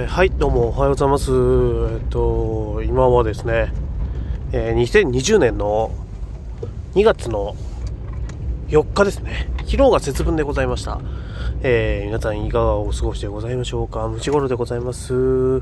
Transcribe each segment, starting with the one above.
はいどうもおはようございます。今はですね、2020年の2月の4日ですね。昨日が節分でございました。皆さんいかがお過ごしでございましょうか。むちごろでございます。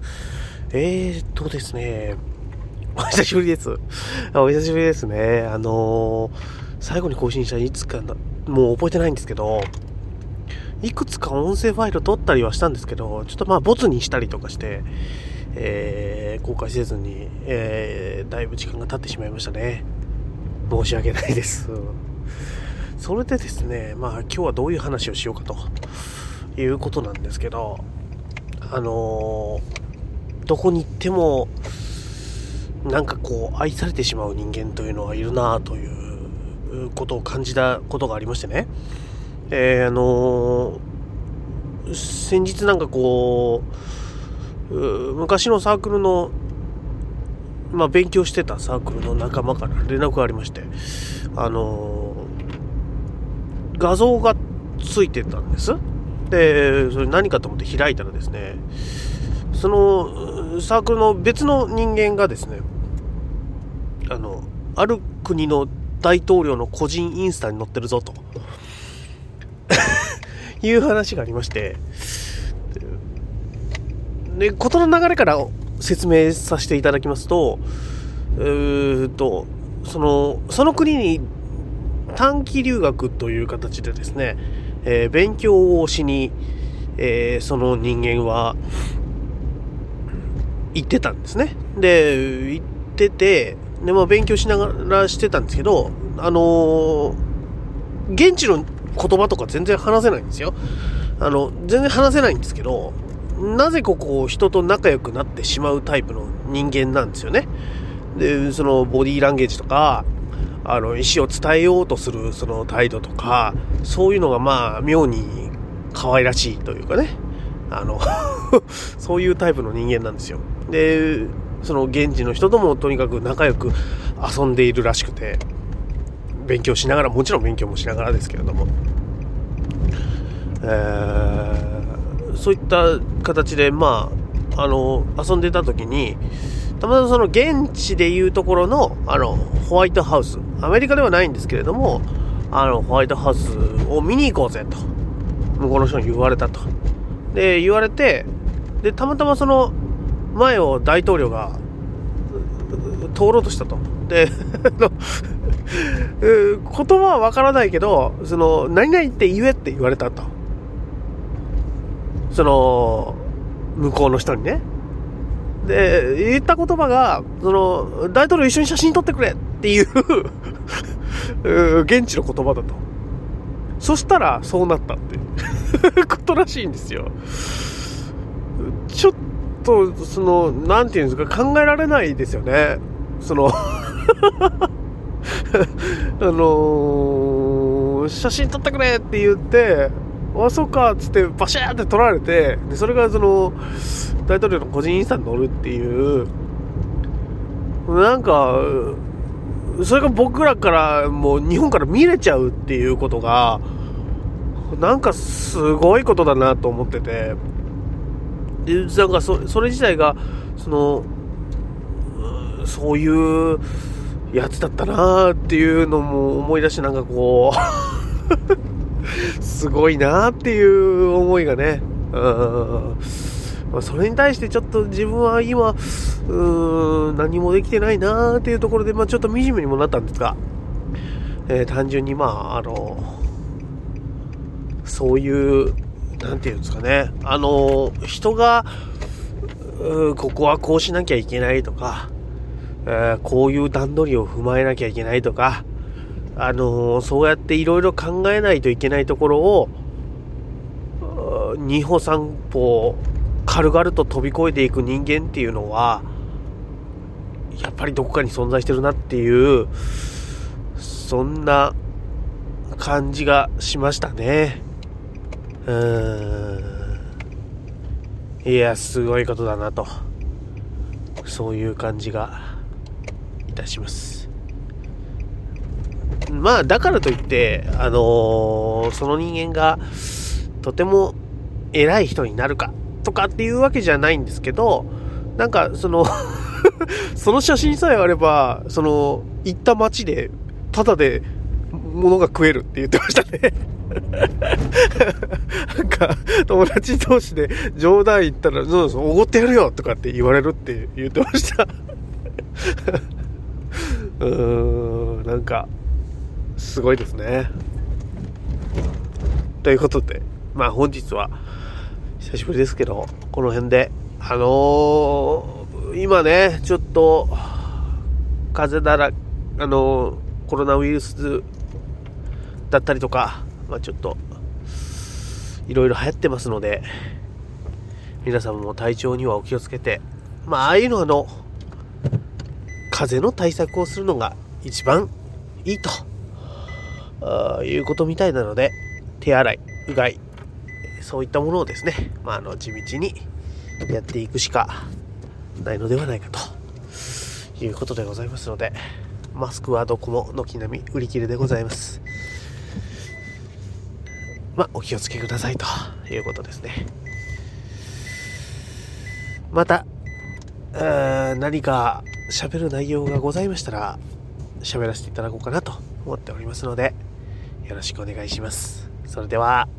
ですね、お久しぶりです。お久しぶりですね。最後に更新したいつかな、もう覚えてないんですけど、いくつか音声ファイル撮ったりはしたんですけど、ちょっとボツにしたりとかして、公開せずに、だいぶ時間が経ってしまいましたね。申し訳ないです。それでですね、今日はどういう話をしようかということなんですけど、どこに行っても愛されてしまう人間というのはいるなということを感じたことがありましてね。先日昔のサークルの勉強してたサークルの仲間から連絡がありまして、画像がついてたんです。でそれ何かと思って開いたらですね、そのサークルの別の人間がですね、ある国の大統領の個人インスタに載ってるぞという話がありまして、で事の流れから説明させていただきますと、その国に短期留学という形でですね、勉強をしに、その人間は行ってたんですね。で行ってて、で勉強しながらしてたんですけど、現地の言葉とか全然話せないんですよ。全然話せないんですけど、なぜ人と仲良くなってしまうタイプの人間なんですよね。でそのボディーランゲージとか意思を伝えようとするその態度とか、そういうのが妙に可愛らしいというかね、そういうタイプの人間なんですよ。でその現地の人ともとにかく仲良く遊んでいるらしくて、勉強しながら、もちろん勉強もしながらですけれども、そういった形で遊んでた時に、たまたまその現地でいうところのホワイトハウス、アメリカではないんですけれども、ホワイトハウスを見に行こうぜと向こうの人に言われたと。で言われて、でたまたまその前を大統領が通ろうとしたと。で言葉はわからないけど、その何々って言えって言われたと、その向こうの人にね。で言った言葉が、その大統領一緒に写真撮ってくれっていう現地の言葉だと。そしたらそうなったっていうことらしいんですよ。ちょっとなんていうんですか、考えられないですよね。写真撮ってくれって言って、あ、そうかっつってバシャーって撮られて、でそれがその大統領の個人インスタに載るっていう、それが僕らからもう日本から見れちゃうっていうことがすごいことだなと思ってて、でそれ自体がそういうやつだったなっていうのも思い出して、すごいなっていう思いがね、それに対してちょっと自分は今何もできてないなっていうところで、ちょっと惨めにもなったんですが、単純にそういうなんていうんですかね、人がここはこうしなきゃいけないとか、こういう段取りを踏まえなきゃいけないとか、そうやっていろいろ考えないといけないところを2歩3歩軽々と飛び越えていく人間っていうのはやっぱりどこかに存在してるなっていう、そんな感じがしましたね。いや、すごいことだなと、そういう感じがいたします。だからといって、その人間がとても偉い人になるかとかっていうわけじゃないんですけど、なんかその写真さえあれば、行った街でタダで物が食えるって言ってましたねなんか友達同士で冗談言ったらおごってやるよとかって言われるって言ってましたなんかすごいですね。ということで、本日は久しぶりですけどこの辺で今ねちょっと風邪だらコロナウイルスだったりとか、ちょっといろいろ流行ってますので、皆さんも体調にはお気をつけて、ああいうの風邪の対策をするのが一番いいということみたいなので、手洗い、うがい、そういったものをですね、地道にやっていくしかないのではないかということでございますので、マスクはどこも軒並み売り切れでございます。お気をつけくださいということですね。また何か喋る内容がございましたら喋らせていただこうかなと思っておりますので、よろしくお願いします。それでは。